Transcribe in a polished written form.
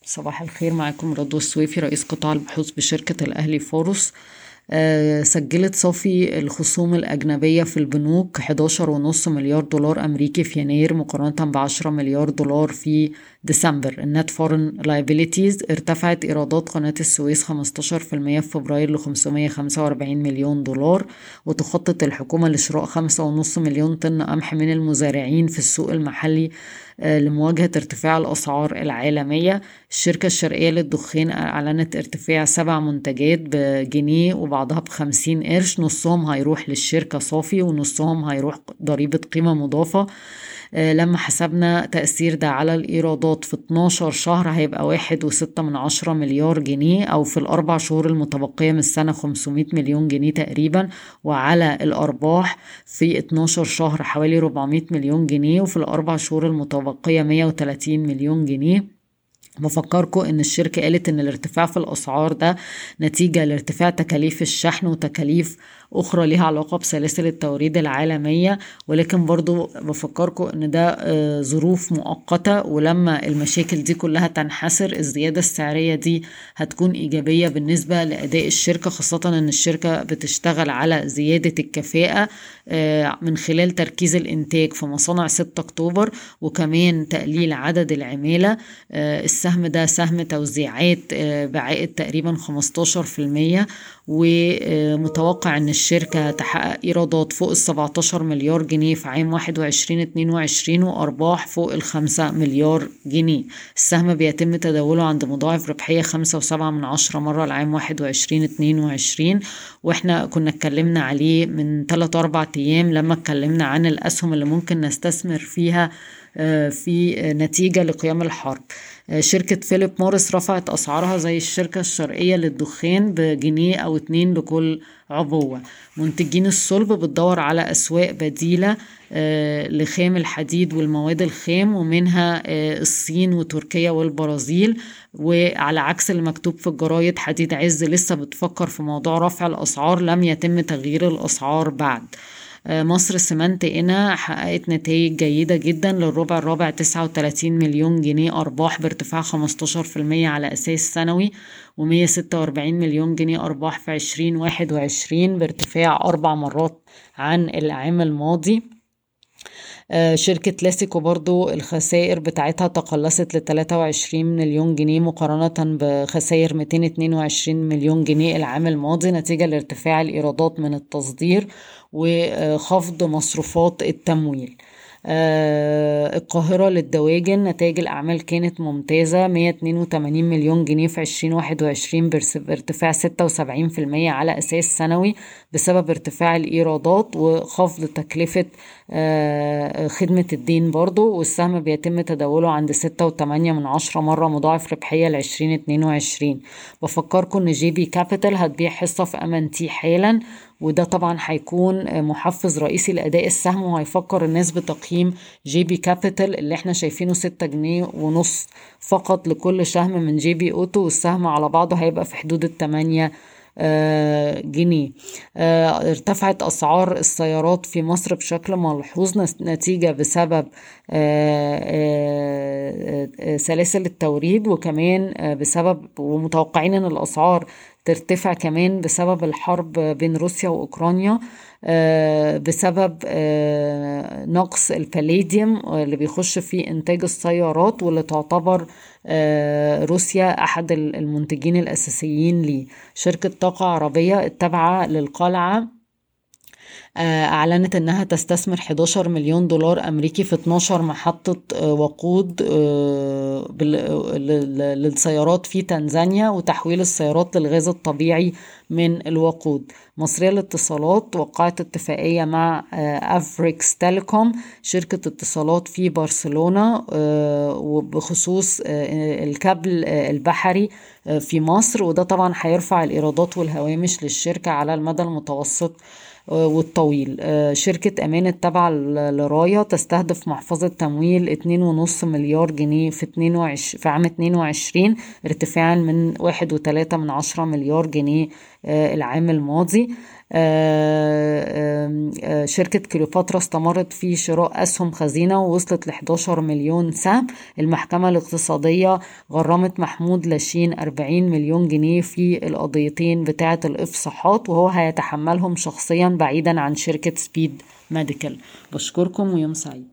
صباح الخير، معاكم رضوى السويفي رئيس قطاع البحوث بشركة الأهلي فورس. سجلت صافي الخصوم الأجنبية في البنوك 11.5 مليار دولار أمريكي في يناير مقارنة ب10 مليار دولار في ديسمبر. النت فورن لايبيليتيز ارتفعت إيرادات قناة السويس 15% في فبراير ل 545 مليون دولار. وتخطط الحكومة لشراء 5.5 مليون طن قمح من المزارعين في السوق المحلي لمواجهة ارتفاع الأسعار العالمية. الشركة الشرقية للدخان أعلنت ارتفاع 7 منتجات بجنيه وبعضها ب50 قرش، نصهم هيروح للشركة صافي ونصهم هيروح ضريبة قيمة مضافة. لما حسبنا تأثير ده على الإيرادات في 12 شهر هيبقى 1.6 مليار جنيه، أو في ال4 شهور المتبقية من السنة 500 مليون جنيه تقريبا. وعلى الأرباح في 12 شهر حوالي 400 مليون جنيه، وفي ال4 شهور المتبقية 130 مليون جنيه. بفكركم ان الشركة قالت ان الارتفاع في الاسعار ده نتيجة لارتفاع تكاليف الشحن وتكاليف اخرى لها علاقة بسلاسل التوريد العالمية، ولكن برضو بفكركم ان ده ظروف مؤقتة، ولما المشاكل دي كلها تنحسر الزيادة السعرية دي هتكون ايجابية بالنسبة لاداء الشركة، خاصة ان الشركة بتشتغل على زيادة الكفاءة من خلال تركيز الانتاج في مصانع 6 اكتوبر، وكمان تقليل عدد العمالة. السهم ده سهم توزيعات بعائد تقريبا 15%، ومتوقع ان الشركة تحقق ايرادات فوق 17 مليار جنيه في عام 21-22 وارباح فوق 5 مليار جنيه. السهم بيتم تداوله عند مضاعف ربحية 5.7 مرة لعام 21-22، واحنا كنا اتكلمنا عليه من 3-4 ايام لما اتكلمنا عن الاسهم اللي ممكن نستثمر فيها في نتيجة لقيام الحرب. شركة فيليب موريس رفعت أسعارها زي الشركة الشرقية للدخان بجنيه أو 2 لكل عبوة. منتجين الصلب بتدور على أسواق بديلة لخام الحديد والمواد الخام، ومنها الصين وتركيا والبرازيل. وعلى عكس اللي مكتوب في الجرايد، حديد عز لسه بتفكر في موضوع رفع الأسعار، لم يتم تغيير الأسعار بعد. مصر سمنت إنا حققت نتائج جيدة جدا للربع الرابع، 39 مليون جنيه أرباح بارتفاع 15% على أساس سنوي، و146 مليون جنيه أرباح في 2021 بارتفاع 4 مرات عن العام الماضي. شركة لاسيكو برضو الخسائر بتاعتها تقلصت ل23 مليون جنيه مقارنة بخسائر 222 مليون جنيه العام الماضي، نتيجة لارتفاع الإيرادات من التصدير وخفض مصروفات التمويل. القاهرة للدواجن نتائج الأعمال كانت ممتازة، 182 مليون جنيه في 2021 بارتفاع 76% على أساس سنوي بسبب ارتفاع الإيرادات وخفض تكلفة خدمة الدين برضو. والسهم بيتم تداوله عند 6.8 مرة مضاعف ربحية ل 2022. بفكركم ان جي بي كابيتال هتبيع حصة في أمانتي حالا، وده طبعا هيكون محفز رئيسي لأداء السهم، وهيفكر الناس بتقييم جي بي كابيتال اللي احنا شايفينه 6.5 جنيه فقط لكل سهم من جي بي اوتو، والسهم على بعضه هيبقى في حدود 8 جنيه. ارتفعت أسعار السيارات في مصر بشكل ملحوظ نتيجة بسبب سلاسل التوريد، وكمان بسبب ومتوقعين ان الأسعار ترتفع كمان بسبب الحرب بين روسيا وأوكرانيا، بسبب نقص الباليديوم اللي بيخش في إنتاج السيارات، واللي تعتبر روسيا أحد المنتجين الأساسيين ليه. شركة طاقة عربية التابعة للقلعة أعلنت أنها تستثمر 11 مليون دولار أمريكي في 12 محطة وقود للسيارات في تنزانيا، وتحويل السيارات للغاز الطبيعي من الوقود. مصرية للاتصالات وقعت اتفاقية مع أفريكس تيليكوم شركة اتصالات في برشلونة وبخصوص الكابل البحري في مصر، وده طبعا هيرفع الإيرادات والهوامش للشركة على المدى المتوسط والطويل. شركة أمان التابعة لراية تستهدف محفظة تمويل 2.5 مليار جنيه في عام 22، ارتفاعا من 1.3 مليار جنيه العام الماضي. شركة كليوباترا استمرت في شراء أسهم خزينة ووصلت ل 11 مليون سهم. المحكمة الاقتصادية غرمت محمود لاشين 40 مليون جنيه في القضيتين بتاعة الإفصاحات، وهو هيتحملهم شخصيا بعيدا عن شركة سبيد ميديكال. بشكركم ويوم سعيد.